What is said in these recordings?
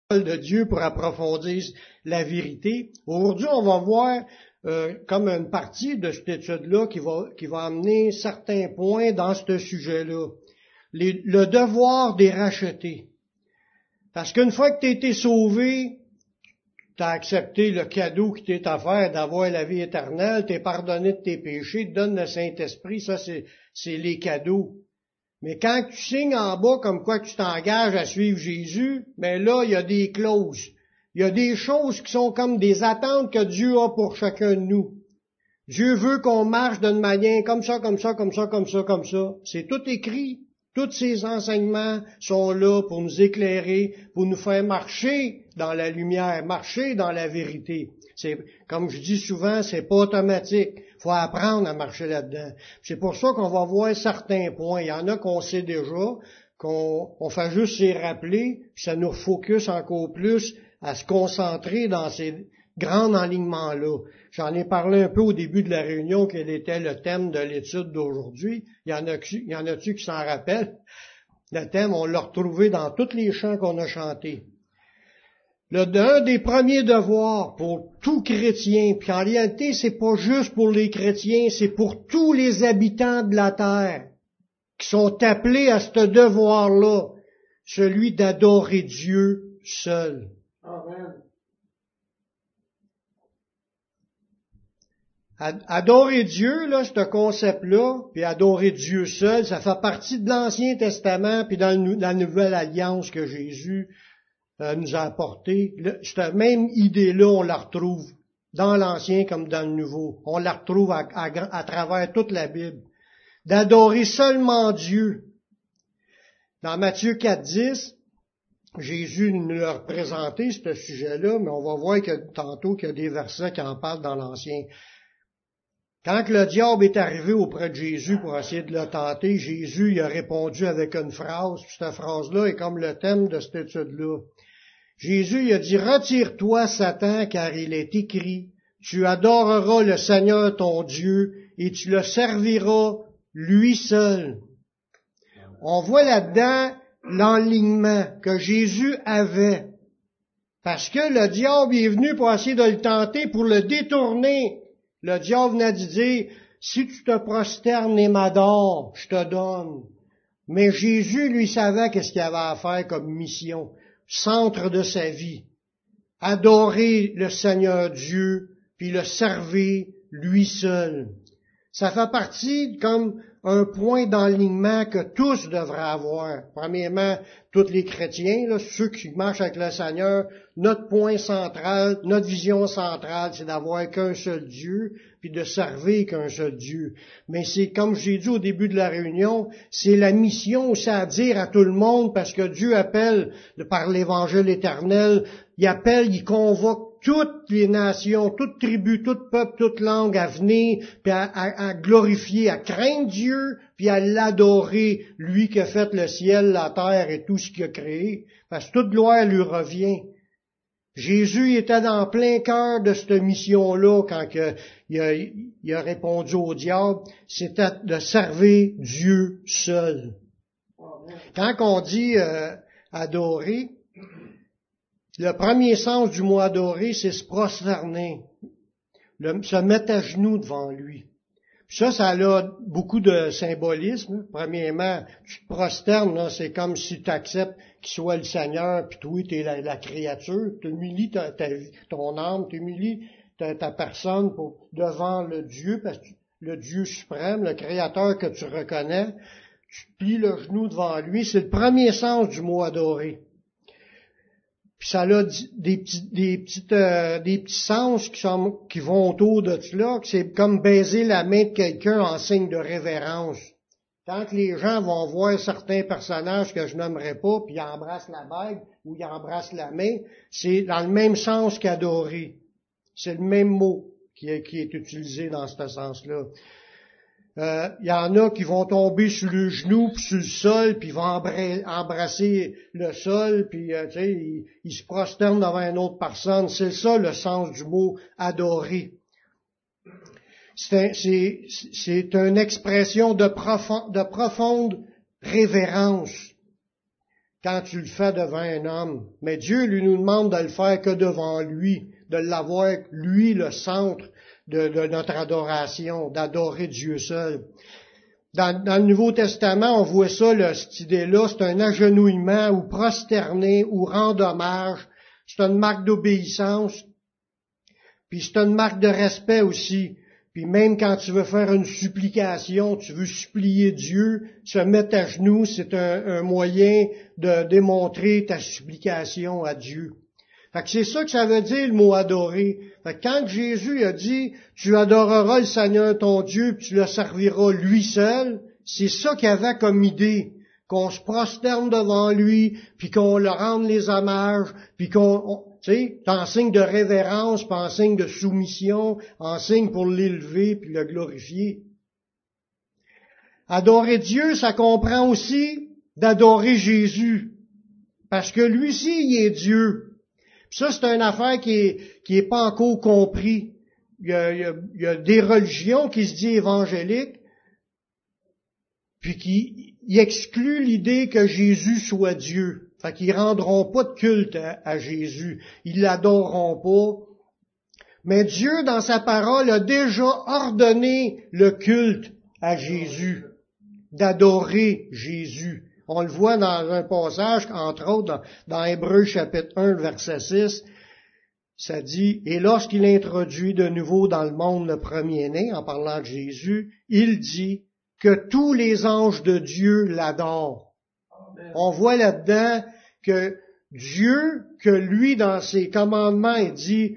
de Dieu pour approfondir la vérité. Aujourd'hui, on va voir comme une partie de cette étude-là qui va amener certains points dans ce sujet-là. Le devoir des rachetés. Parce qu'une fois que tu as été sauvé, tu as accepté le cadeau qui t'est offert d'avoir la vie éternelle, tu es pardonné de tes péchés, te donne le Saint-Esprit, ça c'est les cadeaux. Mais quand tu signes en bas comme quoi tu t'engages à suivre Jésus, ben là, il y a des clauses. Il y a des choses qui sont comme des attentes que Dieu a pour chacun de nous. Dieu veut qu'on marche d'une manière comme ça, comme ça, comme ça, comme ça, comme ça. C'est tout écrit. Tous ces enseignements sont là pour nous éclairer, pour nous faire marcher dans la lumière, marcher dans la vérité. C'est, comme je dis souvent, c'est pas automatique. Faut apprendre à marcher là-dedans. C'est pour ça qu'on va voir certains points. Il y en a qu'on sait déjà, qu'on fait juste s'y rappeler, puis ça nous focus encore plus à se concentrer dans ces grands enlignements-là. J'en ai parlé un peu au début de la réunion, quel était le thème de l'étude d'aujourd'hui. Il y en a-tu qui s'en rappellent? Le thème, on l'a retrouvé dans tous les chants qu'on a chantés. Un des premiers devoirs pour tout chrétien, puis en réalité, c'est pas juste pour les chrétiens, c'est pour tous les habitants de la terre qui sont appelés à ce devoir-là, celui d'adorer Dieu seul. Amen. Adorer Dieu, là, ce concept-là, puis adorer Dieu seul, ça fait partie de l'Ancien Testament, puis dans la Nouvelle Alliance que Jésus nous a apporté. Cette même idée-là, on la retrouve dans l'Ancien comme dans le Nouveau. On la retrouve à travers toute la Bible. D'adorer seulement Dieu. Dans Matthieu 4,10, Jésus nous l'a représenté, ce sujet-là, mais on va voir tantôt qu'il y a des versets qui en parlent dans l'Ancien. Quand le diable est arrivé auprès de Jésus pour essayer de le tenter, Jésus il a répondu avec une phrase, puis cette phrase-là est comme le thème de cette étude-là. Jésus il a dit, « Retire-toi, Satan, car il est écrit, tu adoreras le Seigneur ton Dieu, et tu le serviras lui seul. » On voit là-dedans l'enlignement que Jésus avait. Parce que le diable est venu pour essayer de le tenter, pour le détourner. Le diable venait de dire, si tu te prosternes et m'adores, je te donne. Mais Jésus, lui, savait qu'est-ce qu'il avait à faire comme mission, centre de sa vie. Adorer le Seigneur Dieu, puis le servir lui seul. Ça fait partie comme un point d'enlignement que tous devraient avoir. Premièrement, tous les chrétiens, là, ceux qui marchent avec le Seigneur, notre point central, notre vision centrale, c'est d'avoir qu'un seul Dieu, puis de servir qu'un seul Dieu. Mais c'est, comme j'ai dit au début de la réunion, c'est la mission aussi à dire à tout le monde, parce que Dieu appelle, par l'Évangile éternel, il convoque toutes les nations, toute tribu, tout peuple, toute langue à venir, puis à glorifier, à craindre Dieu, puis à l'adorer, lui qui a fait le ciel, la terre et tout ce qu'il a créé, parce que toute gloire lui revient. Jésus était dans plein cœur de cette mission-là quand il a répondu au diable, c'était de servir Dieu seul. Quand on dit adorer, le premier sens du mot adorer, c'est se prosterner, se mettre à genoux devant lui. Puis ça a beaucoup de symbolisme. Premièrement, tu te prosternes, là, c'est comme si tu acceptes qu'il soit le Seigneur, puis toi, tu es la créature. Tu humilies ton âme, tu humilies ta personne devant le Dieu, parce que le Dieu suprême, le Créateur que tu reconnais, tu te plies le genou devant lui. C'est le premier sens du mot adorer. Puis ça a des petits sens qui vont autour de cela, que c'est comme baiser la main de quelqu'un en signe de révérence. Tant que les gens vont voir certains personnages que je nommerai pas, puis ils embrassent la bague ou ils embrassent la main, c'est dans le même sens qu'adorer. C'est le même mot qui est utilisé dans ce sens-là. Il y en a qui vont tomber sur le genou, puis sur le sol, puis ils vont embrasser le sol, puis ils se prosternent devant une autre personne. C'est ça le sens du mot adorer. C'est une expression de profonde révérence. quand tu le fais devant un homme. Mais Dieu, lui, nous demande de le faire que devant lui, de l'avoir, lui, le centre de notre adoration, d'adorer Dieu seul. Dans le Nouveau Testament, on voit ça, cette idée-là, c'est un agenouillement ou prosterner ou rendre hommage. C'est une marque d'obéissance. Puis c'est une marque de respect aussi. Puis même quand tu veux faire une supplication, tu veux supplier Dieu, se mettre à genoux, c'est un moyen de démontrer ta supplication à Dieu. Fait que c'est ça que ça veut dire le mot adorer. Fait que quand Jésus a dit, tu adoreras le Seigneur ton Dieu, puis tu le serviras lui seul, c'est ça qu'il avait comme idée. Qu'on se prosterne devant lui, puis qu'on le rende les hommages, puis tu sais, en signe de révérence, puis en signe de soumission, en signe pour l'élever, puis le glorifier. Adorer Dieu, ça comprend aussi d'adorer Jésus. Parce que lui-ci, il est Dieu. Puis ça, c'est une affaire qui est pas encore compris. Il y a des religions qui se disent évangéliques, puis qui excluent l'idée que Jésus soit Dieu. Fait qu'ils rendront pas de culte à Jésus. Ils l'adoreront pas. Mais Dieu, dans sa parole, a déjà ordonné le culte à Jésus, d'adorer Jésus. On le voit dans un passage, entre autres, dans Hébreux chapitre 1, verset 6, ça dit, « Et lorsqu'il introduit de nouveau dans le monde le premier-né, en parlant de Jésus, il dit que tous les anges de Dieu l'adorent. » On voit là-dedans que Dieu, que lui, dans ses commandements, il dit,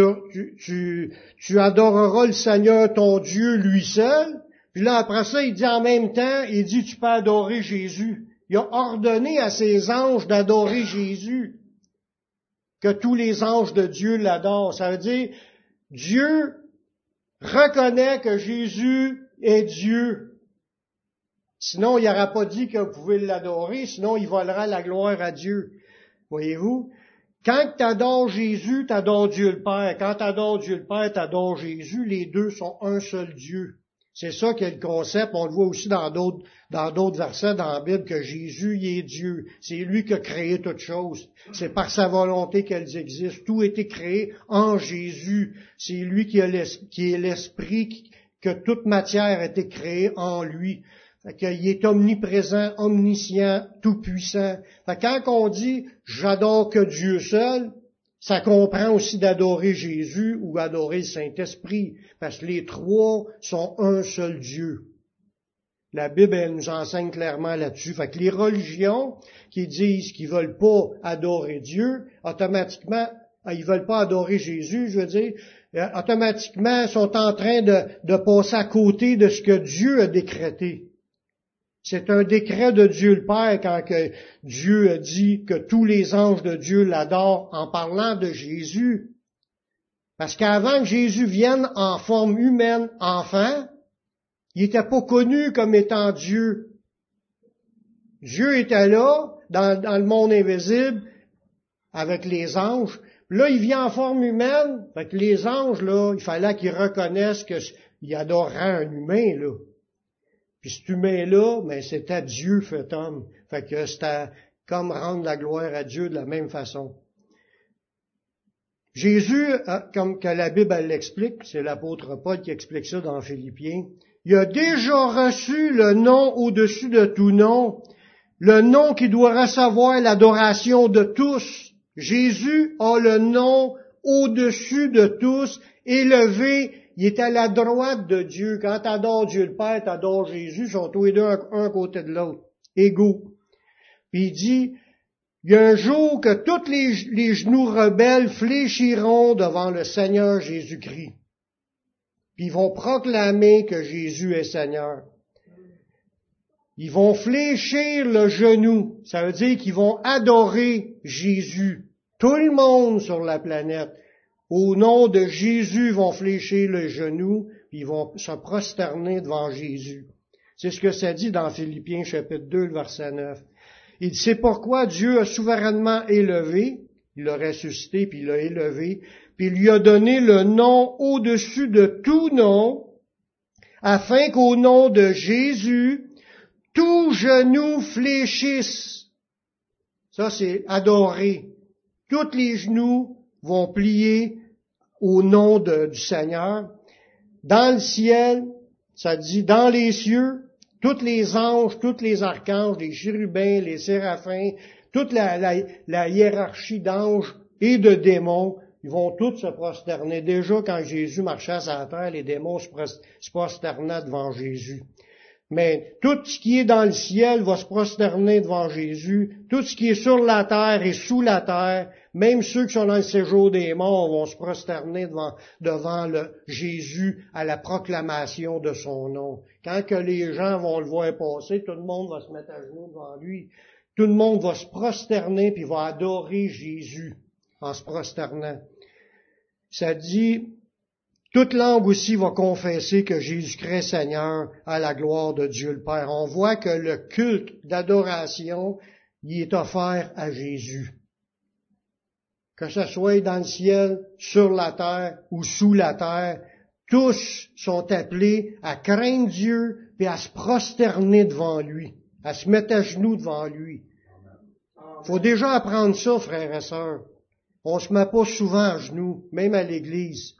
tu adoreras le Seigneur ton Dieu lui seul. Puis là, après ça, il dit en même temps, il dit, tu peux adorer Jésus. Il a ordonné à ses anges d'adorer Jésus, que tous les anges de Dieu l'adorent. Ça veut dire, Dieu reconnaît que Jésus est Dieu. Sinon, il n'aura pas dit que vous pouvez l'adorer, sinon il volera la gloire à Dieu. Voyez-vous? Quand tu adores Jésus, tu adores Dieu le Père. Quand tu adores Dieu le Père, tu adores Jésus. Les deux sont un seul Dieu. C'est ça qui est le concept. On le voit aussi dans d'autres versets dans la Bible que Jésus, il est Dieu. C'est lui qui a créé toutes choses. C'est par sa volonté qu'elles existent. Tout a été créé en Jésus. C'est lui qui est l'Esprit, que toute matière a été créée en lui. Fait qu'il est omniprésent, omniscient, tout-puissant. Fait que quand on dit « j'adore que Dieu seul », ça comprend aussi d'adorer Jésus ou adorer le Saint-Esprit, parce que les trois sont un seul Dieu. La Bible, elle nous enseigne clairement là-dessus. Fait que les religions qui disent qu'ils veulent pas adorer Dieu, automatiquement, ils veulent pas adorer Jésus, je veux dire, automatiquement sont en train de passer à côté de ce que Dieu a décrété. C'est un décret de Dieu le Père quand que Dieu a dit que tous les anges de Dieu l'adorent en parlant de Jésus. Parce qu'avant que Jésus vienne en forme humaine, enfant, il n'était pas connu comme étant Dieu. Dieu était là, dans le monde invisible, avec les anges. Là, il vient en forme humaine. Fait que les anges, là, il fallait qu'ils reconnaissent qu'ils adoreraient un humain, là. Puis cet humain-là, mais c'était Dieu fait homme. Fait que c'était comme rendre la gloire à Dieu de la même façon. Jésus, comme que la Bible elle l'explique, c'est l'apôtre Paul qui explique ça dans Philippiens, il a déjà reçu le nom au-dessus de tout nom, le nom qui doit recevoir l'adoration de tous. Jésus a le nom au-dessus de tous, élevé. Il est à la droite de Dieu. Quand tu adores Dieu le Père, tu adores Jésus, ils sont tous les deux un côté de l'autre, égaux. Puis il dit, il y a un jour que tous les genoux rebelles fléchiront devant le Seigneur Jésus-Christ. Puis ils vont proclamer que Jésus est Seigneur. Ils vont fléchir le genou. Ça veut dire qu'ils vont adorer Jésus. Tout le monde sur la planète. Au nom de Jésus, vont fléchir le genou, puis ils vont se prosterner devant Jésus. C'est ce que ça dit dans Philippiens chapitre 2, le verset 9. Il dit, c'est pourquoi Dieu a souverainement élevé, il l'a ressuscité, puis il l'a élevé, puis il lui a donné le nom au-dessus de tout nom, afin qu'au nom de Jésus, tout genou fléchisse Ça, c'est adorer. Tous les genoux vont plier au nom du Seigneur. Dans le ciel, ça dit, dans les cieux, tous les anges, tous les archanges, les chérubins, les séraphins, toute la hiérarchie d'anges et de démons, ils vont tous se prosterner. Déjà, quand Jésus marchait sur la terre, les démons se prosternaient devant Jésus. Mais tout ce qui est dans le ciel va se prosterner devant Jésus. Tout ce qui est sur la terre et sous la terre, même ceux qui sont dans le séjour des morts vont se prosterner devant Jésus à la proclamation de son nom. Quand que les gens vont le voir passer, tout le monde va se mettre à genoux devant lui. Tout le monde va se prosterner puis va adorer Jésus en se prosternant. Ça dit, toute langue aussi va confesser que Jésus-Christ est Seigneur à la gloire de Dieu le Père. On voit que le culte d'adoration, il est offert à Jésus. Que ce soit dans le ciel, sur la terre ou sous la terre, tous sont appelés à craindre Dieu et à se prosterner devant lui, à se mettre à genoux devant lui. Faut déjà apprendre ça, frères et sœurs. On se met pas souvent à genoux, même à l'église.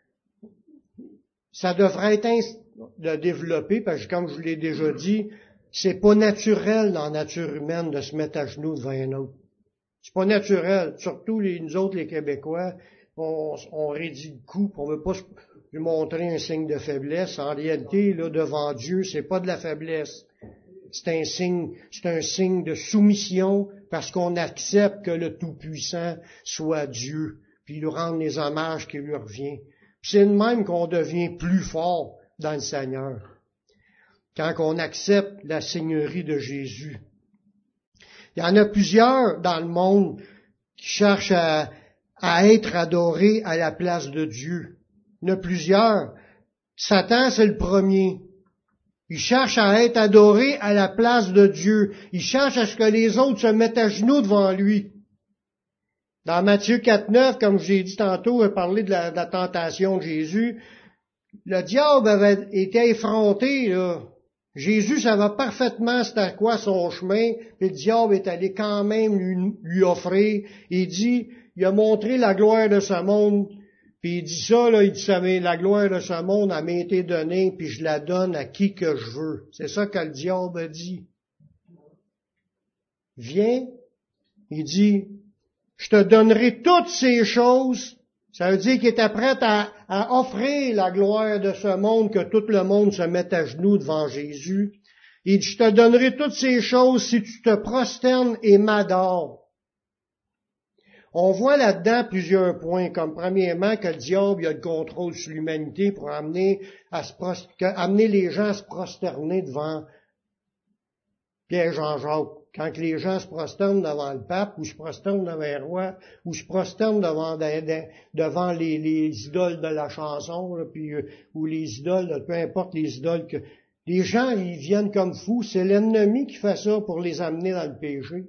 Ça devrait être de développer, parce que comme je vous l'ai déjà dit, c'est pas naturel dans la nature humaine de se mettre à genoux devant un autre. C'est pas naturel. Surtout nous autres, les Québécois, on raidit le cou, on veut pas lui montrer un signe de faiblesse. En réalité, là, devant Dieu, c'est pas de la faiblesse. C'est un signe de soumission parce qu'on accepte que le Tout-Puissant soit Dieu, puis lui rendre les hommages qui lui reviennent. C'est de même qu'on devient plus fort dans le Seigneur, quand on accepte la Seigneurie de Jésus. Il y en a plusieurs dans le monde qui cherchent à être adorés à la place de Dieu. Il y en a plusieurs. Satan, c'est le premier. Il cherche à être adoré à la place de Dieu. Il cherche à ce que les autres se mettent à genoux devant lui. Dans Matthieu 4,9, comme je l'ai dit tantôt, il parlait de la tentation de Jésus. Le diable avait été effronté, là. Jésus savait parfaitement c'était quoi son chemin, puis le diable est allé quand même lui offrir. Il a montré la gloire de ce monde, puis il dit ça, là, il dit ça, mais la gloire de ce monde a été donnée, puis je la donne à qui que je veux. C'est ça que le diable a dit. Viens, il dit, je te donnerai toutes ces choses. Ça veut dire qu'il était prêt à offrir la gloire de ce monde, que tout le monde se mette à genoux devant Jésus. Il dit, je te donnerai toutes ces choses si tu te prosternes et m'adores. On voit là-dedans plusieurs points, comme premièrement que le diable a le contrôle sur l'humanité pour amener les gens à se prosterner devant Pierre Jean-Jacques. Quand les gens se prosternent devant le pape, ou se prosternent devant un roi, ou se prosternent devant les idoles de la chanson, là, puis, ou les idoles, peu importe les idoles que les gens, ils viennent comme fous. C'est l'ennemi qui fait ça pour les amener dans le péché.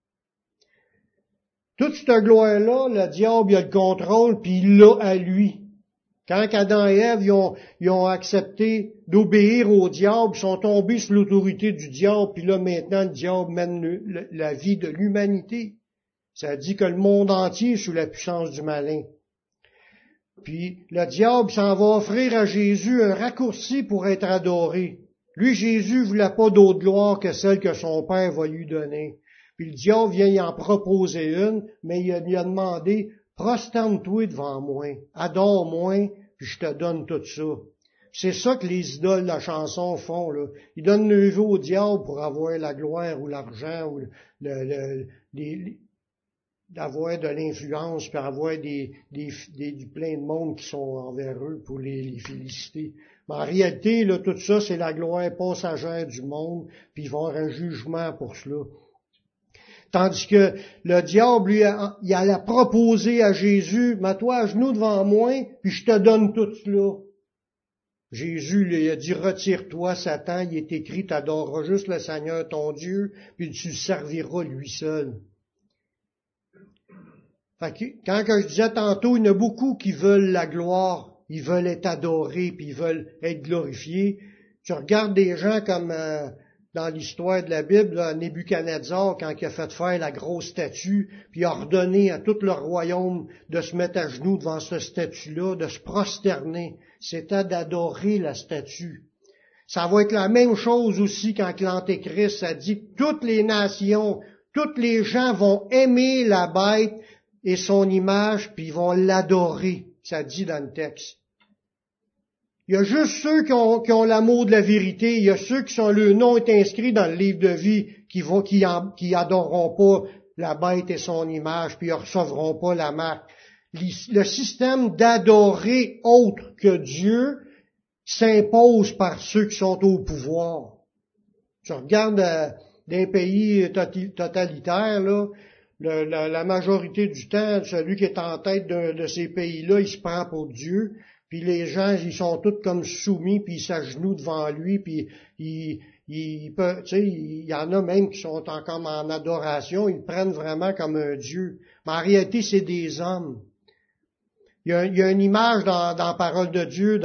Toute cette gloire-là, le diable, il a le contrôle, puis il l'a à lui. Quand Adam et Ève, ils ont accepté d'obéir au diable, ils sont tombés sous l'autorité du diable, puis là, maintenant, le diable mène la vie de l'humanité. Ça dit que le monde entier est sous la puissance du malin. Puis, le diable s'en va offrir à Jésus un raccourci pour être adoré. Lui, Jésus, voulait pas d'autre gloire que celle que son Père va lui donner. Puis le diable vient y en proposer une, mais il a demandé, prosterne-toi devant moi, adore-moi, puis je te donne tout ça. C'est ça que les idoles de la chanson font, là. Ils donnent le vœu au diable pour avoir la gloire ou l'argent ou d'avoir de l'influence, puis avoir plein de monde qui sont envers eux pour les féliciter. Mais en réalité, là, tout ça, c'est la gloire passagère du monde, puis ils vont avoir un jugement pour cela. Tandis que le diable, lui, il allait proposer à Jésus, mets-toi à genoux devant moi, puis je te donne tout cela. Jésus lui a dit, retire-toi, Satan, il est écrit, tu adoreras juste le Seigneur ton Dieu, puis tu le serviras lui seul. Fait que, quand je disais tantôt, il y en a beaucoup qui veulent la gloire, ils veulent être adorés, puis ils veulent être glorifiés. Tu regardes des gens comme dans l'histoire de la Bible, là, Nebuchadnezzar, quand il a fait faire la grosse statue, puis il a ordonné à tout le royaume de se mettre à genoux devant cette statue-là, de se prosterner. C'était d'adorer la statue. Ça va être la même chose aussi quand l'Antéchrist a dit que toutes les nations, tous les gens vont aimer la bête et son image, puis ils vont l'adorer. Ça dit dans le texte. Il y a juste ceux qui ont l'amour de la vérité, il y a ceux qui sont le nom est inscrit dans le livre de vie, qui adoreront pas la bête et son image, puis ils recevront pas la marque. Le système d'adorer autre que Dieu s'impose par ceux qui sont au pouvoir. Tu regardes des pays totalitaires, là, la majorité du temps, celui qui est en tête de ces pays-là, il se prend pour Dieu, puis les gens, ils sont tous comme soumis, puis ils s'agenouillent devant lui, puis il y en a même qui sont encore en adoration, ils le prennent vraiment comme un Dieu. Mais en réalité, c'est des hommes. Il y a une image dans la parole de Dieu,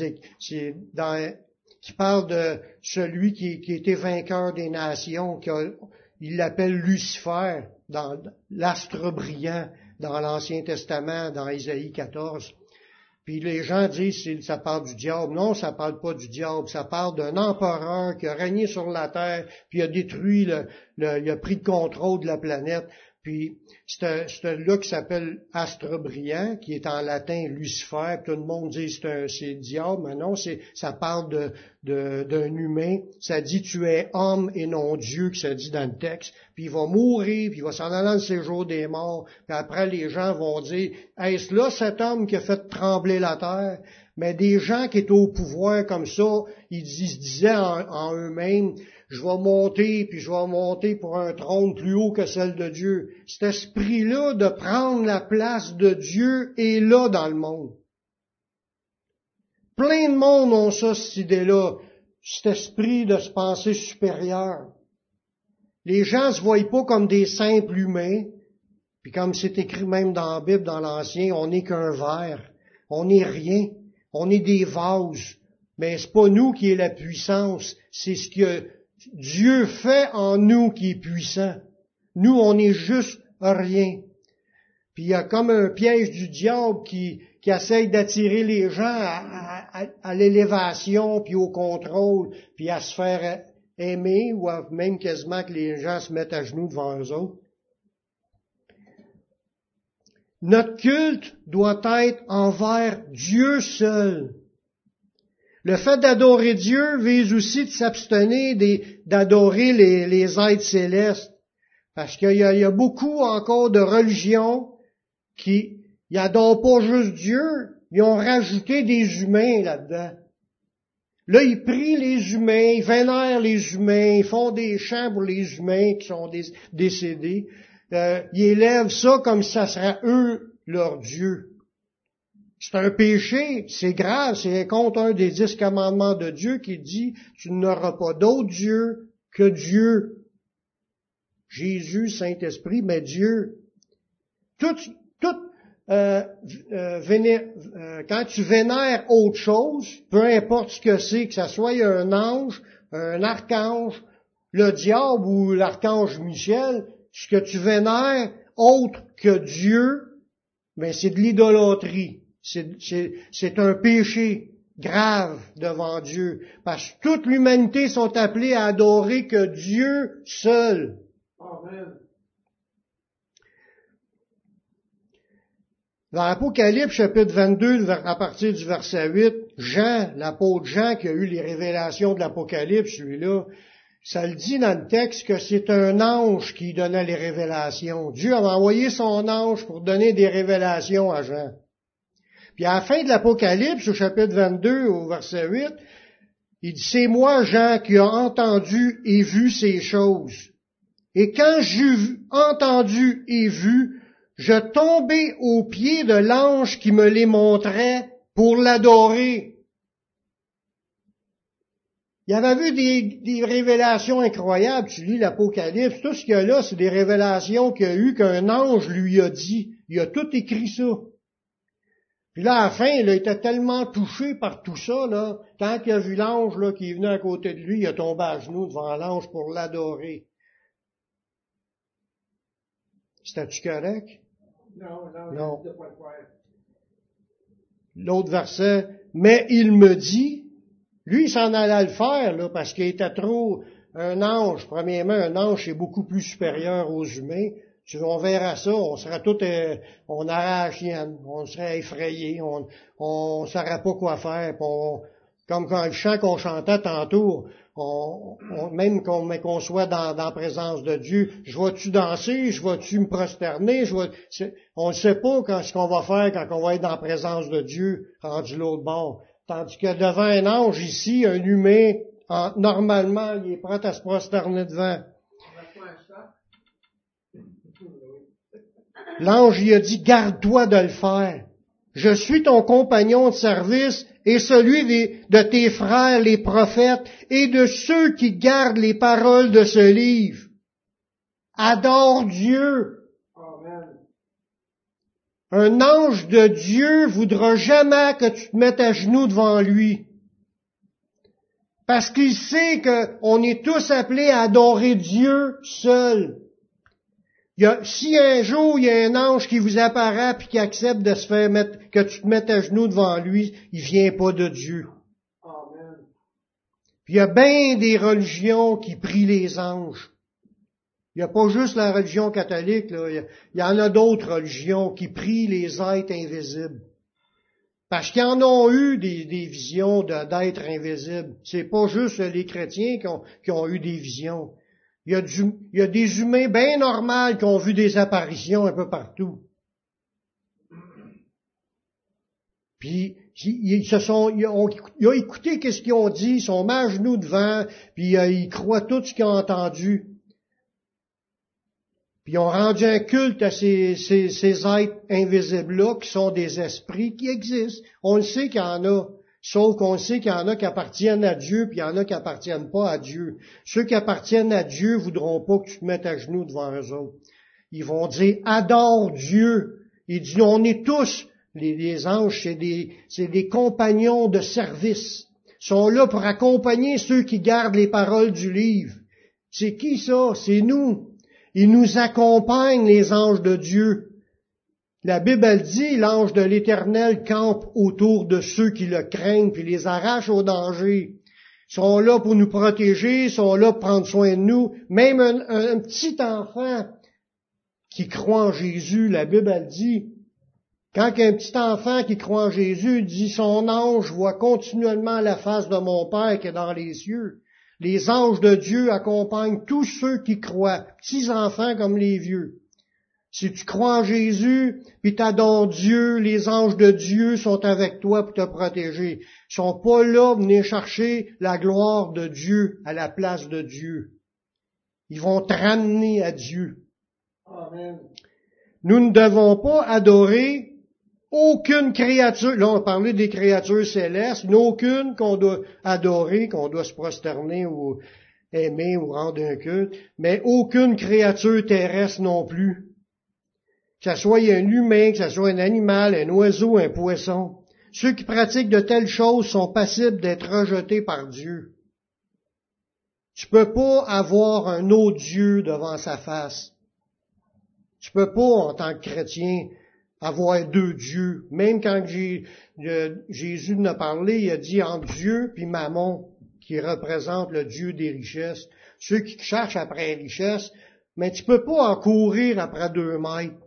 qui parle de celui qui était vainqueur des nations, il l'appelle Lucifer, dans l'astre brillant, dans l'Ancien Testament, dans Ésaïe 14. Puis les gens disent que ça parle du diable. Non, ça parle pas du diable. Ça parle d'un empereur qui a régné sur la terre, puis a détruit il a pris le contrôle de la planète. Puis c'est là qui s'appelle astre brillant, qui est en latin Lucifer. Tout le monde dit c'est le diable, mais non, ça parle d'un humain. Ça dit tu es homme et non Dieu, que ça dit dans le texte. Puis il va mourir, puis il va s'en aller dans le séjour des morts. Puis après les gens vont dire est-ce là cet homme qui a fait trembler la terre? Mais des gens qui étaient au pouvoir comme ça, ils se disaient en eux-mêmes, je vais monter pour un trône plus haut que celle de Dieu. Cet esprit-là de prendre la place de Dieu est là dans le monde. Plein de monde ont ça, cette idée-là, cet esprit de se penser supérieur. Les gens se voient pas comme des simples humains, puis comme c'est écrit même dans la Bible, dans l'Ancien, on n'est qu'un verre, on n'est rien, on est des vases. Mais c'est pas nous qui est la puissance, c'est ce que Dieu fait en nous qui est puissant. Nous, on est juste rien. Puis il y a comme un piège du diable qui essaye d'attirer les gens à l'élévation, puis au contrôle, puis à se faire aimer, ou même quasiment que les gens se mettent à genoux devant eux autres. Notre culte doit être envers Dieu seul. Le fait d'adorer Dieu vise aussi de s'abstenir d'adorer les êtres célestes. Parce qu'il y a beaucoup encore de religions qui n'adorent pas juste Dieu, ils ont rajouté des humains là-dedans. Là, ils prient les humains, ils vénèrent les humains, ils font des chants pour les humains qui sont décédés. Ils élèvent ça comme si ça serait eux leur Dieu. C'est un péché, c'est grave, c'est contre un des 10 commandements de Dieu qui dit « Tu n'auras pas d'autre Dieu que Dieu. » Jésus, Saint-Esprit, mais Dieu. Quand tu vénères autre chose, peu importe ce que ça soit un ange, un archange, le diable ou l'archange Michel, ce que tu vénères autre que Dieu, mais c'est de l'idolâtrie. C'est un péché grave devant Dieu. Parce que toute l'humanité sont appelés à adorer que Dieu seul. Amen. Dans l'Apocalypse, chapitre 22, à partir du verset 8, Jean, l'apôtre Jean, qui a eu les révélations de l'Apocalypse, celui-là, ça le dit dans le texte que c'est un ange qui donnait les révélations. Dieu a envoyé son ange pour donner des révélations à Jean. Puis à la fin de l'Apocalypse, au chapitre 22, au verset 8, il dit, c'est moi, Jean, qui a entendu et vu ces choses. Et quand j'ai entendu et vu, je tombai aux pieds de l'ange qui me les montrait pour l'adorer. Il avait vu des révélations incroyables. Tu lis l'Apocalypse, tout ce qu'il y a là, c'est des révélations qu'il y a eu qu'un ange lui a dit. Il a tout écrit ça. Puis là, à la fin, il était tellement touché par tout ça, là, quand il a vu l'ange là, qui est venu à côté de lui, il a tombé à genoux devant l'ange pour l'adorer. C'était-tu correct? Non. L'autre verset, mais il me dit, lui, il s'en allait le faire, là, parce qu'il était trop un ange. Premièrement, un ange est beaucoup plus supérieur aux humains. On verra ça, on serait tout, on aurait la chienne, on serait effrayé, on saurait pas quoi faire. Comme quand le chant qu'on chantait tantôt, même qu'on soit dans la présence de Dieu, je vais-tu danser, je vais-tu me prosterner, on ne sait pas ce qu'on va faire quand on va être dans la présence de Dieu, rendu l'autre bord. Tandis que devant un ange ici, un humain, normalement, il est prêt à se prosterner devant. L'ange lui a dit, garde-toi de le faire. Je suis ton compagnon de service et celui de tes frères, les prophètes, et de ceux qui gardent les paroles de ce livre. Adore Dieu. Amen. Un ange de Dieu voudra jamais que tu te mettes à genoux devant lui. Parce qu'il sait qu'on est tous appelés à adorer Dieu seul. Si un jour il y a un ange qui vous apparaît puis qui accepte de se faire mettre, que tu te mettes à genoux devant lui, il vient pas de Dieu. Amen. Puis il y a bien des religions qui prient les anges. Il n'y a pas juste la religion catholique, là. Il y en a d'autres religions qui prient les êtres invisibles. Parce qu'ils en ont eu des visions d'êtres invisibles. C'est pas juste les chrétiens qui ont eu des visions. Il y a des humains bien normaux qui ont vu des apparitions un peu partout. Puis, ils ont écouté qu'est-ce qu'ils ont dit, ils sont mis à genoux devant, puis ils croient tout ce qu'ils ont entendu. Puis ils ont rendu un culte à ces êtres invisibles-là, qui sont des esprits qui existent. On le sait qu'il y en a. Sauf qu'on sait qu'il y en a qui appartiennent à Dieu, puis il y en a qui appartiennent pas à Dieu. Ceux qui appartiennent à Dieu voudront pas que tu te mettes à genoux devant eux autres. Ils vont dire, adore Dieu. Il dit, on est tous, les anges, c'est des compagnons de service. Ils sont là pour accompagner ceux qui gardent les paroles du livre. C'est qui ça? C'est nous. Ils nous accompagnent, les anges de Dieu. La Bible, elle dit, l'ange de l'Éternel campe autour de ceux qui le craignent, puis les arrache au danger. Ils sont là pour nous protéger, ils sont là pour prendre soin de nous. Même un petit enfant qui croit en Jésus, la Bible, elle dit, quand un petit enfant qui croit en Jésus dit, son ange voit continuellement la face de mon Père qui est dans les cieux. Les anges de Dieu accompagnent tous ceux qui croient, petits enfants comme les vieux. Si tu crois en Jésus, puis t'adores Dieu, les anges de Dieu sont avec toi pour te protéger. Ils sont pas là pour venir chercher la gloire de Dieu à la place de Dieu. Ils vont te ramener à Dieu. Amen. Nous ne devons pas adorer aucune créature. Là, on parlait des créatures célestes, mais aucune qu'on doit adorer, qu'on doit se prosterner ou aimer ou rendre un culte, mais aucune créature terrestre non plus. Que ce soit un humain, que ce soit un animal, un oiseau, un poisson. Ceux qui pratiquent de telles choses sont passibles d'être rejetés par Dieu. Tu peux pas avoir un autre Dieu devant sa face. Tu peux pas, en tant que chrétien, avoir deux dieux. Même quand Jésus en a parlé, il a dit entre Dieu puis Mammon, qui représente le Dieu des richesses. Ceux qui cherchent après les richesses, mais tu peux pas en courir après 2 mètres.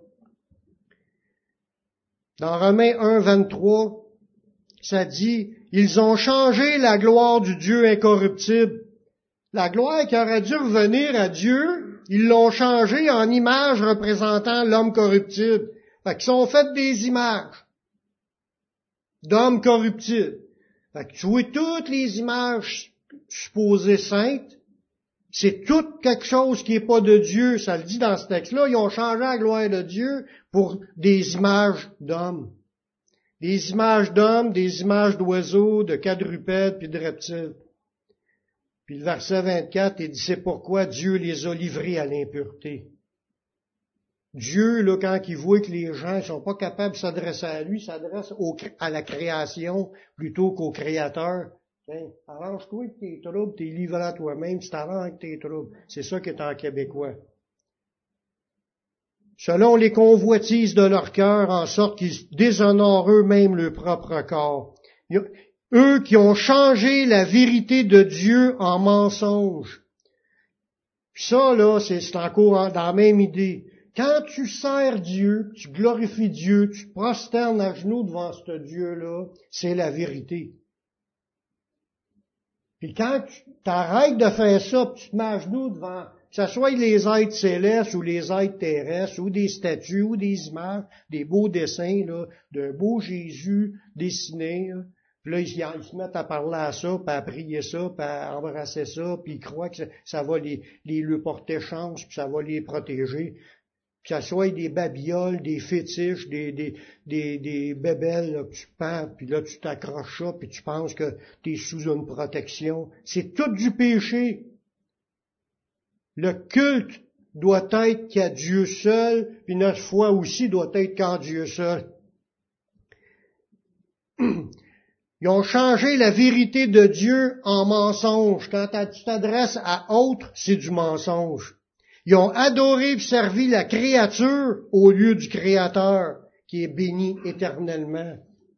Dans Romains 1, 23, ça dit, ils ont changé la gloire du Dieu incorruptible. La gloire qui aurait dû revenir à Dieu, ils l'ont changée en image représentant l'homme corruptible. Fait qu'ils sont faites des images d'hommes corruptibles. Fait que tu vois toutes les images supposées saintes, c'est tout quelque chose qui n'est pas de Dieu. Ça le dit dans ce texte-là. Ils ont changé la gloire de Dieu pour des images d'hommes. Des images d'hommes, des images d'oiseaux, de quadrupèdes puis de reptiles. Puis le verset 24, il dit, c'est pourquoi Dieu les a livrés à l'impureté. Dieu, là, quand il voit que les gens ne sont pas capables de s'adresser à lui, s'adresse à la création plutôt qu'au Créateur. Tiens, arrange-toi avec tes troubles, t'es livré à toi-même, tu t'arranges avec tes troubles. C'est ça qui est en québécois. Selon les convoitises de leur cœur, en sorte qu'ils déshonorent eux-mêmes leur propre corps. Eux qui ont changé la vérité de Dieu en mensonge. Puis ça, là, c'est encore dans la même idée. Quand tu sers Dieu, tu glorifies Dieu, tu te prosternes à genoux devant ce Dieu-là, c'est la vérité. Puis quand tu t'arrêtes de faire ça, puis tu te mets à genoux devant, que ce soit les êtres célestes ou les êtres terrestres, ou des statues, ou des images, des beaux dessins, là, d'un beau Jésus dessiné, là. Puis là, ils se mettent à parler à ça, puis à prier ça, puis à embrasser ça, puis ils croient que ça va les porter chance, puis ça va les protéger. Que ce soit des babioles, des fétiches, des bébelles, là, que tu pends, puis là tu t'accroches ça, puis tu penses que tu es sous une protection. C'est tout du péché. Le culte doit être qu'à Dieu seul, puis notre foi aussi doit être qu'en Dieu seul. Ils ont changé la vérité de Dieu en mensonge. Quand tu t'adresses à autre, c'est du mensonge. Ils ont adoré et servi la créature au lieu du Créateur, qui est béni éternellement.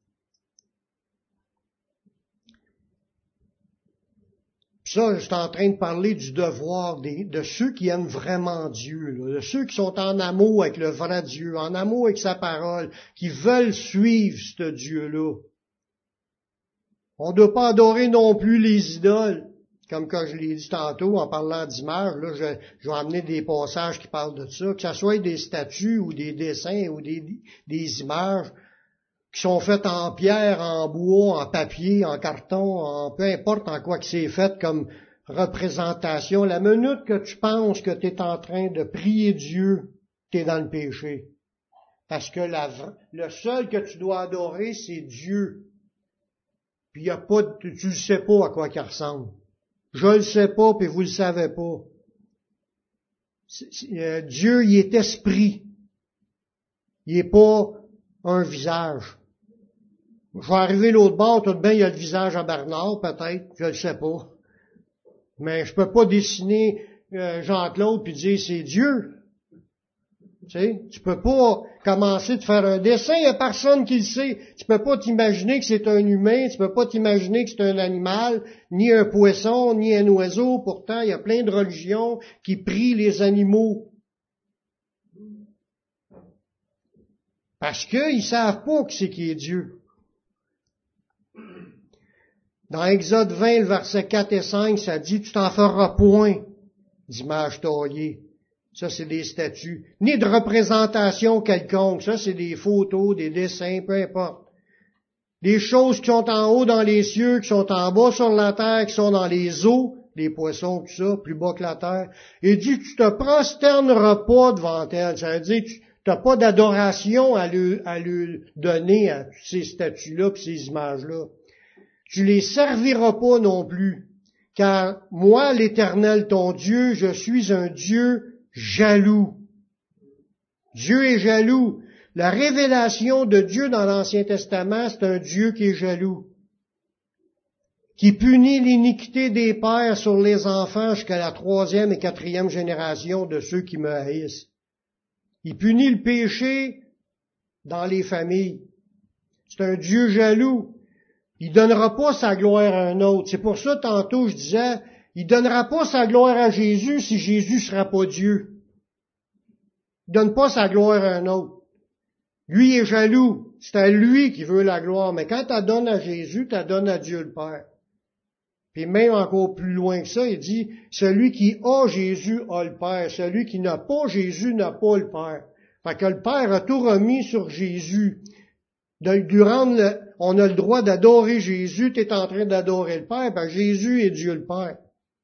Puis ça, je suis en train de parler du devoir de ceux qui aiment vraiment Dieu, là, de ceux qui sont en amour avec le vrai Dieu, en amour avec sa parole, qui veulent suivre ce Dieu-là. On ne doit pas adorer non plus les idoles. Comme quand je l'ai dit tantôt, en parlant d'images, là, je vais amener des passages qui parlent de ça, que ce soit des statues ou des dessins ou des images qui sont faites en pierre, en bois, en papier, en carton, peu importe en quoi que c'est fait comme représentation. La minute que tu penses que tu es en train de prier Dieu, tu es dans le péché. Parce que le seul que tu dois adorer, c'est Dieu. Puis tu ne sais pas à quoi il ressemble. Je le sais pas, puis vous le savez pas. Dieu, il est esprit. Il est pas un visage. Je vais arriver l'autre bord, tout de bien, il y a le visage à Bernard, peut-être, je le sais pas. Mais je peux pas dessiner Jean-Claude puis dire c'est Dieu. Tu sais, tu peux pas commencer de faire un dessin, il y a personne qui le sait. Tu peux pas t'imaginer que c'est un humain, tu peux pas t'imaginer que c'est un animal, ni un poisson, ni un oiseau. Pourtant, il y a plein de religions qui prient les animaux. Parce qu'ils savent pas que c'est qui est Dieu. Dans Exode 20, le verset 4 et 5, ça dit, tu t'en feras point d'image taillée. Ça, c'est des statues. Ni de représentation quelconque. Ça, c'est des photos, des dessins, peu importe. Des choses qui sont en haut dans les cieux, qui sont en bas sur la terre, qui sont dans les eaux, les poissons, tout ça, plus bas que la terre. Il dit, tu te prosterneras pas devant elles. Ça veut dire, tu n'as pas d'adoration à lui donner à ces statues-là, puis ces images-là. Tu les serviras pas non plus. Car moi, l'Éternel, ton Dieu, je suis un Dieu jaloux. Dieu est jaloux. La révélation de Dieu dans l'Ancien Testament, c'est un Dieu qui est jaloux, qui punit l'iniquité des pères sur les enfants jusqu'à la 3e et 4e génération de ceux qui me haïssent. Il punit le péché dans les familles. C'est un Dieu jaloux. Il donnera pas sa gloire à un autre. C'est pour ça, tantôt, je disais, il donnera pas sa gloire à Jésus si Jésus sera pas Dieu. Il donne pas sa gloire à un autre. Lui est jaloux. C'est à lui qui veut la gloire. Mais quand tu donnes à Jésus, tu donnes à Dieu le Père. Puis même encore plus loin que ça, il dit, celui qui a Jésus a le Père. Celui qui n'a pas Jésus n'a pas le Père. Fait que le Père a tout remis sur Jésus. On a le droit d'adorer Jésus, tu es en train d'adorer le Père, parce que Jésus est Dieu le Père.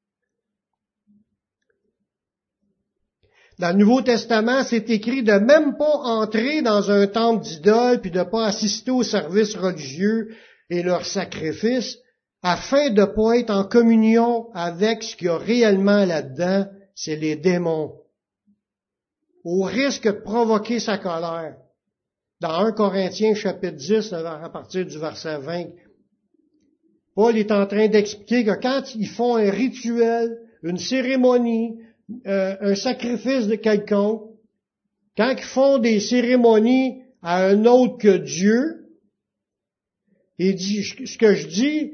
Dans le Nouveau Testament, c'est écrit de même pas entrer dans un temple d'idole, puis de pas assister aux services religieux et leurs sacrifices, afin de pas être en communion avec ce qu'il y a réellement là-dedans, c'est les démons. au risque de provoquer sa colère. Dans 1 Corinthiens chapitre 10, à partir du verset 20, Paul est en train d'expliquer que quand ils font un rituel, une cérémonie, un sacrifice de quelconque, quand ils font des cérémonies à un autre que Dieu, il dit, ce que je dis,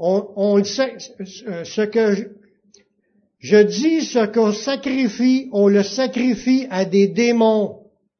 je dis ce qu'on sacrifie, on le sacrifie à des démons.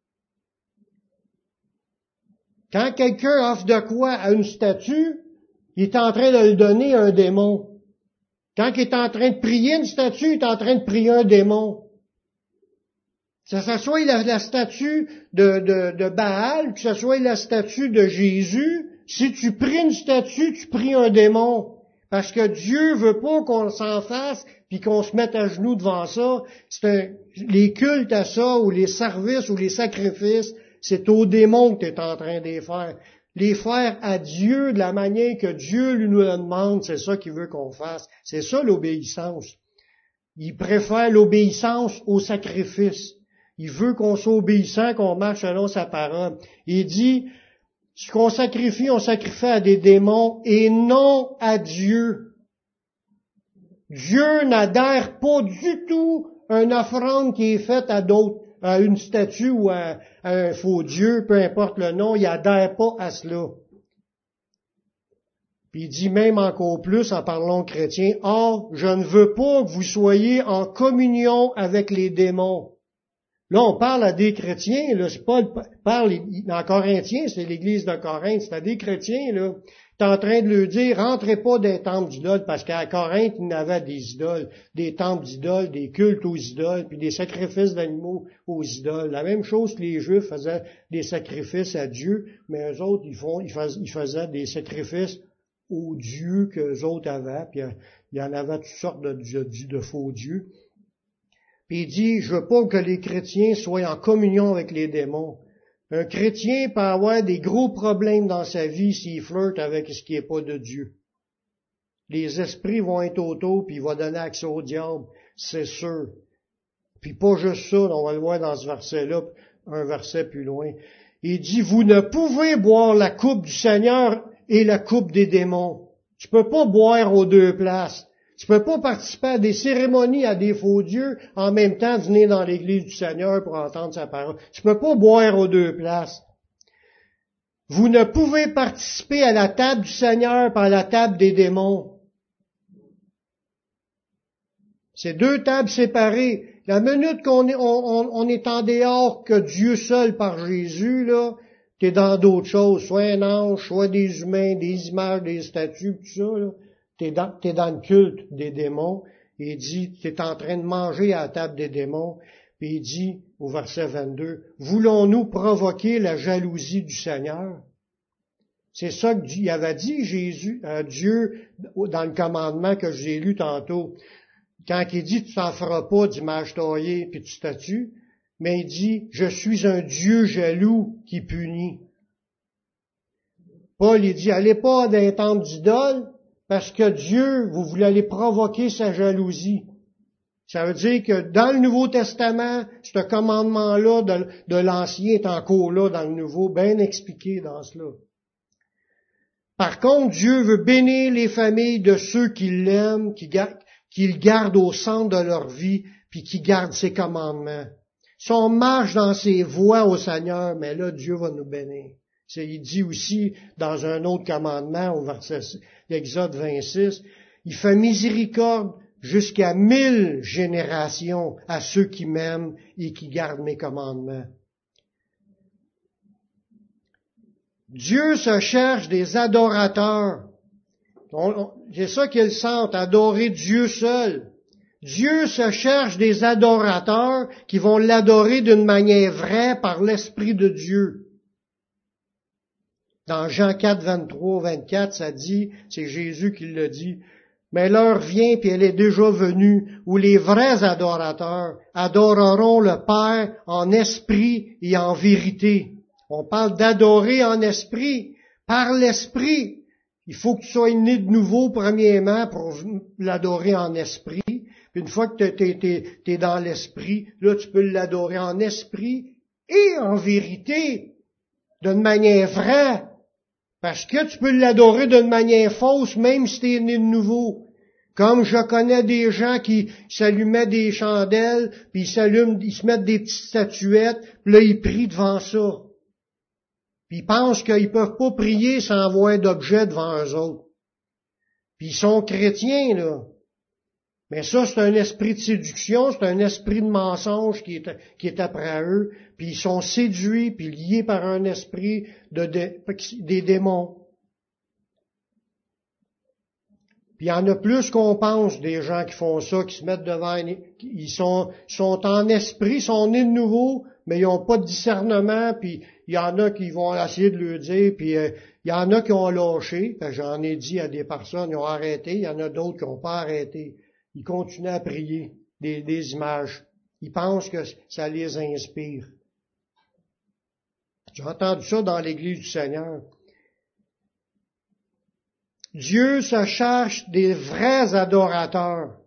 Quand quelqu'un offre de quoi à une statue, il est en train de le donner à un démon. Quand il est en train de prier une statue, il est en train de prier un démon. Que ce soit la statue de Baal, que ce soit la statue de Jésus, si tu pries une statue, tu pries un démon. Parce que Dieu veut pas qu'on s'en fasse puis qu'on se mette à genoux devant ça. Les cultes à ça, ou les services, ou les sacrifices, c'est aux démons que tu es en train de les faire. Les faire à Dieu de la manière que Dieu lui nous le demande, c'est ça qu'il veut qu'on fasse. C'est ça l'obéissance. Il préfère l'obéissance au sacrifice. Il veut qu'on soit obéissant, qu'on marche selon sa parole. Il dit, ce qu'on sacrifie, on sacrifie à des démons et non à Dieu. Dieu n'adhère pas du tout à une offrande qui est faite à une statue ou à un faux Dieu, peu importe le nom, il adhère pas à cela. Puis il dit même encore plus en parlant aux chrétiens, « Or, je ne veux pas que vous soyez en communion avec les démons. » Là, on parle à des chrétiens, là, c'est pas parle en Corinthiens, c'est l'église de Corinthe, c'est à des chrétiens, là. T'es en train de leur dire, rentrez pas dans les temples d'idoles, parce qu'à Corinthe, il y avait des idoles, des temples d'idoles, des cultes aux idoles, puis des sacrifices d'animaux aux idoles. La même chose que les Juifs faisaient des sacrifices à Dieu, mais eux autres, ils faisaient des sacrifices aux dieux qu'eux autres avaient, puis il y en avait toutes sortes de faux dieux. Puis il dit, je veux pas que les chrétiens soient en communion avec les démons. Un chrétien peut avoir des gros problèmes dans sa vie s'il flirte avec ce qui n'est pas de Dieu. Les esprits vont être autour, puis il va donner accès au diable, c'est sûr. Puis pas juste ça, on va le voir dans ce verset-là, un verset plus loin. Il dit, vous ne pouvez boire la coupe du Seigneur et la coupe des démons. Tu peux pas boire aux deux places. Tu peux pas participer à des cérémonies à des faux dieux en même temps venir dans l'église du Seigneur pour entendre sa parole. Tu peux pas boire aux deux places. Vous ne pouvez participer à la table du Seigneur par la table des démons. C'est deux tables séparées. La minute qu'on est en dehors que Dieu seul par Jésus, là, t'es dans d'autres choses, soit un ange, soit des humains, des images, des statues, tout ça, là. T'es dans le culte des démons, et il dit, t'es en train de manger à la table des démons, puis il dit, au verset 22, voulons-nous provoquer la jalousie du Seigneur? C'est ça qu'il avait dit Dieu, dans le commandement que j'ai lu tantôt. Quand il dit, tu t'en feras pas d'image taillée puis de statue, mais il dit, je suis un Dieu jaloux qui punit. Paul, il dit, allez pas dans un temple d'idoles, parce que Dieu, vous voulez aller provoquer sa jalousie. Ça veut dire que dans le Nouveau Testament, ce commandement-là de l'Ancien est encore là dans le Nouveau, bien expliqué dans cela. Par contre, Dieu veut bénir les familles de ceux qui l'aiment, qui le gardent au centre de leur vie, puis qui gardent ses commandements. Si on marche dans ses voies au Seigneur, mais là, Dieu va nous bénir. Il dit aussi dans un autre commandement, au verset Exode 26, il fait miséricorde jusqu'à 1000 générations à ceux qui m'aiment et qui gardent mes commandements. Dieu se cherche des adorateurs. C'est ça qu'ils sentent, adorer Dieu seul. Dieu se cherche des adorateurs qui vont l'adorer d'une manière vraie par l'Esprit de Dieu. Dans Jean 4, 23, 24, ça dit, c'est Jésus qui le dit, mais l'heure vient, puis elle est déjà venue, où les vrais adorateurs adoreront le Père en esprit et en vérité. On parle d'adorer en esprit, par l'esprit. Il faut que tu sois né de nouveau, premièrement, pour l'adorer en esprit. Puis Une fois que t'es dans l'esprit, là, tu peux l'adorer en esprit et en vérité, d'une manière vraie. Parce que tu peux l'adorer d'une manière fausse, même si t'es né de nouveau. Comme je connais des gens qui s'allumaient des chandelles, puis ils se mettent des petites statuettes, puis là, ils prient devant ça. Puis ils pensent qu'ils peuvent pas prier sans avoir d'objet devant eux autres. Puis ils sont chrétiens, là. Mais ça, c'est un esprit de séduction, c'est un esprit de mensonge qui est après eux, puis ils sont séduits, puis liés par un esprit des démons. Puis il y en a plus qu'on pense, des gens qui font ça, qui se mettent devant, ils sont en esprit, sont nés de nouveau, mais ils n'ont pas de discernement, puis il y en a qui vont essayer de le dire, puis il y en a qui ont lâché, j'en ai dit à des personnes, ils ont arrêté, il y en a d'autres qui n'ont pas arrêté. Ils continuent à prier des images. Ils pensent que ça les inspire. J'ai entendu ça dans l'Église du Seigneur. Dieu se cherche des vrais adorateurs.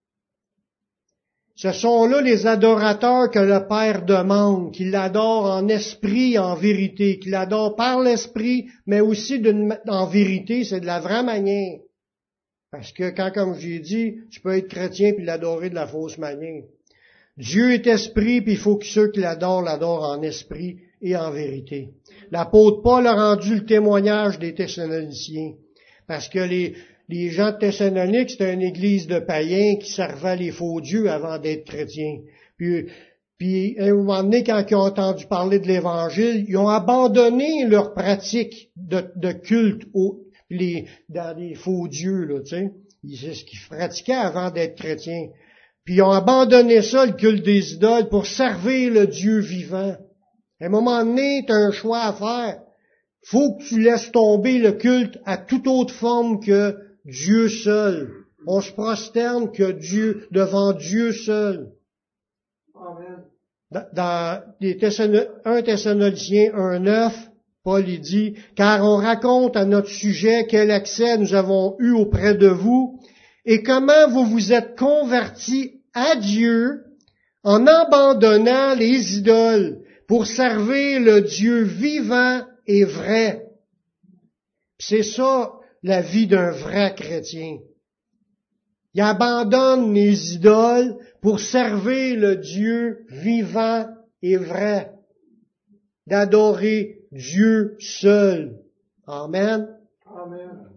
Ce sont là les adorateurs que le Père demande, qui l'adorent en esprit et en vérité, qui l'adorent par l'esprit, mais aussi en vérité, c'est de la vraie manière. Parce que quand, comme j'ai dit, tu peux être chrétien puis l'adorer de la fausse manière. Dieu est esprit, puis il faut que ceux qui l'adorent en esprit et en vérité. L'apôtre Paul a rendu le témoignage des Thessaloniciens. Parce que les gens de Thessalonique, c'était une église de païens qui servaient les faux dieux avant d'être chrétiens. Puis à un moment donné, quand ils ont entendu parler de l'Évangile, ils ont abandonné leur pratique de culte dans les faux dieux, là, tu sais. C'est ce qu'ils pratiquaient avant d'être chrétiens. Puis ils ont abandonné ça, le culte des idoles, pour servir le Dieu vivant. À un moment donné, tu as un choix à faire. Faut que tu laisses tomber le culte à toute autre forme que Dieu seul. On se prosterne devant Dieu seul. Amen. Dans 1 Thessaloniciens 1:9, Paul il dit, « Car on raconte à notre sujet quel accès nous avons eu auprès de vous et comment vous vous êtes convertis à Dieu en abandonnant les idoles pour servir le Dieu vivant et vrai. » C'est ça la vie d'un vrai chrétien. Il abandonne les idoles pour servir le Dieu vivant et vrai, d'adorer Dieu seul. Amen. Amen.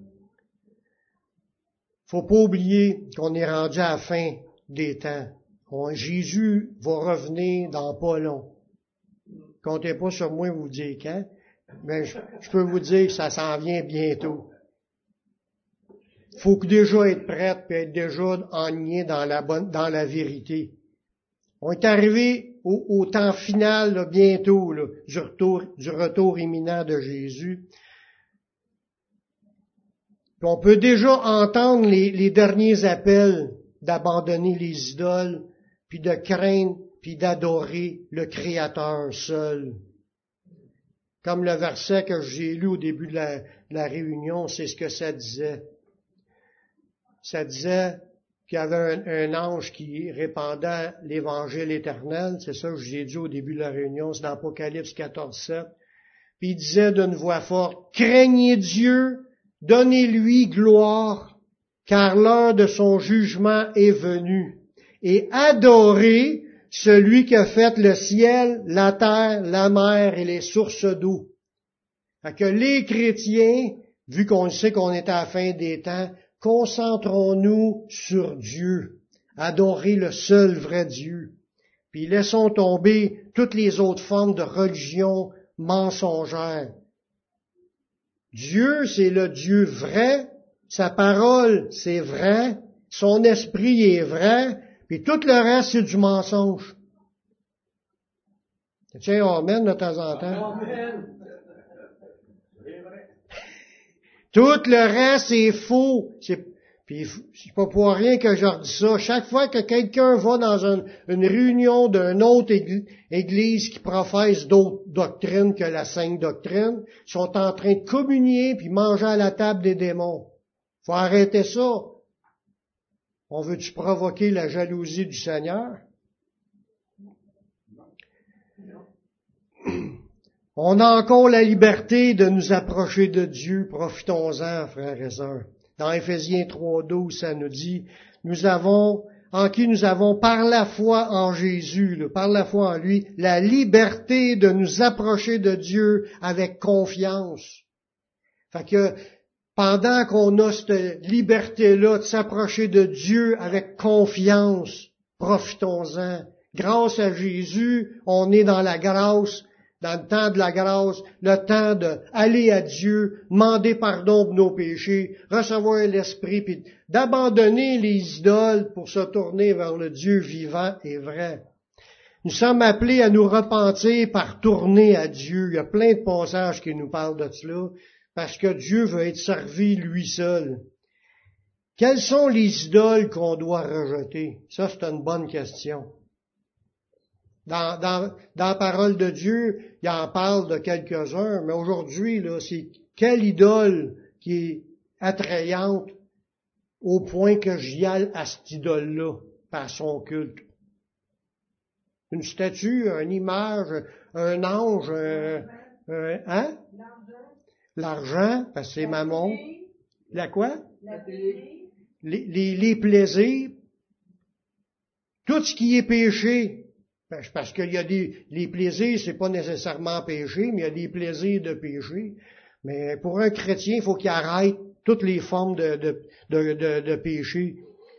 Faut pas oublier qu'on est rendu à la fin des temps. Jésus va revenir dans pas long. Comptez pas sur moi vous dire quand, mais je peux vous dire que ça s'en vient bientôt. Faut que déjà être prête puis être déjà enligné dans la vérité. On est arrivé au temps final, là, bientôt, là, du retour imminent de Jésus. Puis on peut déjà entendre les derniers appels d'abandonner les idoles, puis de craindre, puis d'adorer le Créateur seul. Comme le verset que j'ai lu au début de la réunion, c'est ce que ça disait. Ça disait qu'il y avait un ange qui répandait l'évangile éternel. C'est ça que j'ai dit au début de la réunion, c'est dans Apocalypse 14:7. Puis il disait d'une voix forte, « Craignez Dieu, donnez-lui gloire, car l'heure de son jugement est venue, et adorez celui qui a fait le ciel, la terre, la mer et les sources d'eau. » Fait que les chrétiens, vu qu'on sait qu'on est à la fin des temps, concentrons-nous sur Dieu, adorer le seul vrai Dieu, puis laissons tomber toutes les autres formes de religion mensongère. Dieu, c'est le Dieu vrai, sa parole, c'est vrai, son esprit est vrai, puis tout le reste, c'est du mensonge. Tiens, amen de temps en temps. Amen. Tout le reste est faux. Puis c'est pas pour rien que je leur dis ça. Chaque fois que quelqu'un va dans une réunion d'une autre église qui professe d'autres doctrines que la sainte doctrine, ils sont en train de communier puis manger à la table des démons. Faut arrêter ça. On veut-tu provoquer la jalousie du Seigneur? On a encore la liberté de nous approcher de Dieu. Profitons-en, frères et sœurs. Dans Éphésiens 3:12, ça nous dit, en qui nous avons par la foi en Jésus, par la foi en lui, la liberté de nous approcher de Dieu avec confiance. Fait que, pendant qu'on a cette liberté-là de s'approcher de Dieu avec confiance, profitons-en. Grâce à Jésus, on est dans la grâce, dans le temps de la grâce, le temps d'aller à Dieu, demander pardon pour nos péchés, recevoir l'Esprit, puis d'abandonner les idoles pour se tourner vers le Dieu vivant et vrai. Nous sommes appelés à nous repentir par tourner à Dieu. Il y a plein de passages qui nous parlent de cela, parce que Dieu veut être servi lui seul. Quelles sont les idoles qu'on doit rejeter? Ça, c'est une bonne question. Dans la parole de Dieu, il en parle de quelques-uns, mais aujourd'hui, là, c'est quelle idole qui est attrayante au point que j'y aille à cette idole-là, par son culte. Une statue, une image, un ange, hein? L'argent, parce que c'est mammon. La quoi? Les plaisirs. Tout ce qui est péché. Parce qu'il y a les plaisirs, c'est pas nécessairement péché, mais il y a des plaisirs de péché. Mais pour un chrétien, il faut qu'il arrête toutes les formes de péché.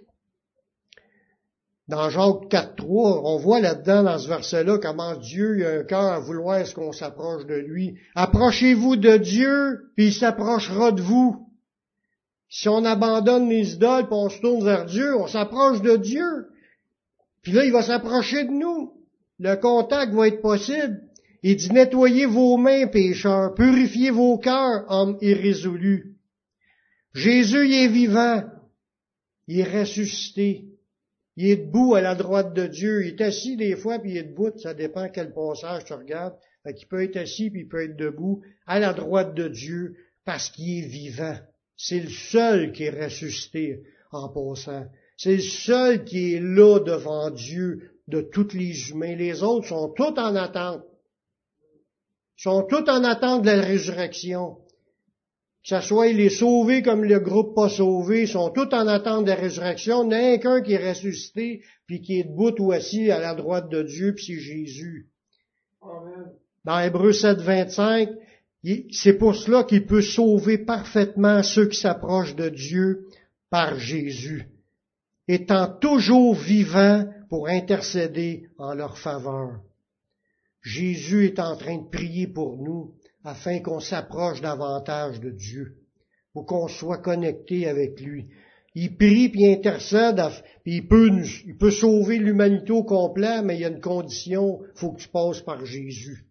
Dans Jacques 4:3, on voit là-dedans, dans ce verset-là, comment Dieu a un cœur à vouloir est-ce qu'on s'approche de lui. Approchez-vous de Dieu, puis il s'approchera de vous. Si on abandonne les idoles, puis on se tourne vers Dieu, on s'approche de Dieu. Puis là, il va s'approcher de nous. Le contact va être possible. Il dit, nettoyez vos mains, pécheurs, purifiez vos cœurs, hommes irrésolus. Jésus, il est vivant. Il est ressuscité. Il est debout à la droite de Dieu. Il est assis des fois, puis il est debout. Ça dépend quel passage tu regardes. Fait qu'il peut être assis, puis il peut être debout à la droite de Dieu, parce qu'il est vivant. C'est le seul qui est ressuscité en passant. C'est le seul qui est là devant Dieu de tous les humains. Les autres sont tous en attente. Ils sont tous en attente de la résurrection. Que ce soit les sauvés comme le groupe pas sauvé, sont tous en attente de la résurrection. Il n'y en a qu'un qui est ressuscité, puis qui est debout ou assis à la droite de Dieu, puis c'est Jésus. Amen. Dans Hébreux 7:25, c'est pour cela qu'il peut sauver parfaitement ceux qui s'approchent de Dieu par Jésus, étant toujours vivant pour intercéder en leur faveur. Jésus est en train de prier pour nous afin qu'on s'approche davantage de Dieu, pour qu'on soit connecté avec lui. Il prie puis il intercède, puis il peut sauver l'humanité au complet, mais il y a une condition, il faut que tu passes par Jésus.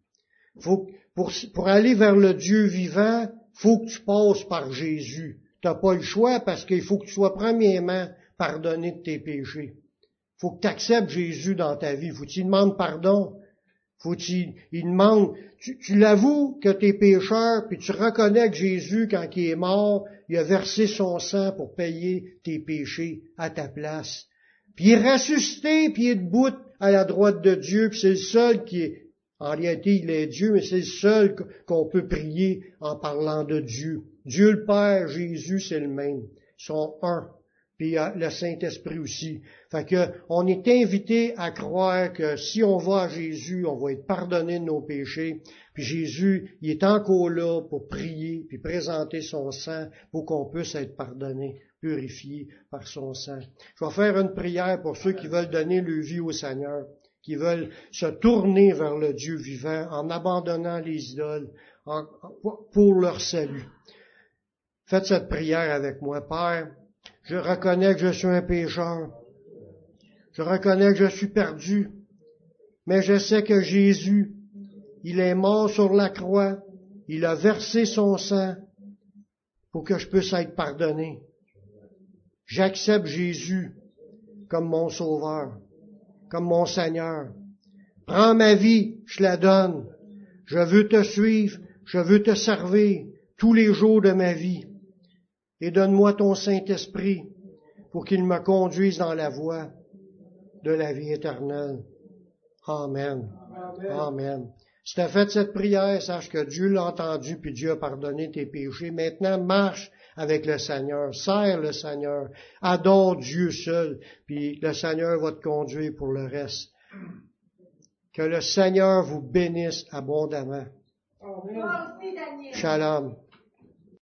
Pour aller vers le Dieu vivant, il faut que tu passes par Jésus. Tu n'as pas le choix parce qu'il faut que tu sois premièrement pardonné de tes péchés. Il faut que tu acceptes Jésus dans ta vie. Faut que tu lui demandes pardon. Il demande, tu l'avoues que tu es pécheur, puis tu reconnais que Jésus, quand il est mort, il a versé son sang pour payer tes péchés à ta place. Puis il est ressuscité, puis il est debout à la droite de Dieu, puis c'est le seul qui est, en réalité il est Dieu, mais c'est le seul qu'on peut prier en parlant de Dieu. Dieu le Père, Jésus, c'est le même. Ils sont un. Puis le Saint-Esprit aussi. Fait que on est invité à croire que si on va à Jésus, on va être pardonné de nos péchés. Puis Jésus, il est encore là pour prier, puis présenter son sang pour qu'on puisse être pardonné, purifié par son sang. Je vais faire une prière pour ceux qui veulent donner leur vie au Seigneur, qui veulent se tourner vers le Dieu vivant en abandonnant les idoles pour leur salut. Faites cette prière avec moi. Père, je reconnais que je suis un pécheur. Je reconnais que je suis perdu. Mais je sais que Jésus, il est mort sur la croix. Il a versé son sang pour que je puisse être pardonné. J'accepte Jésus comme mon sauveur, comme mon Seigneur. Prends ma vie, je la donne. Je veux te suivre, je veux te servir tous les jours de ma vie. Et donne-moi ton Saint-Esprit pour qu'il me conduise dans la voie de la vie éternelle. Amen. Amen. Si tu as fait cette prière, sache que Dieu l'a entendu, puis Dieu a pardonné tes péchés. Maintenant, marche avec le Seigneur, sers le Seigneur, adore Dieu seul, puis le Seigneur va te conduire pour le reste. Que le Seigneur vous bénisse abondamment. Shalom.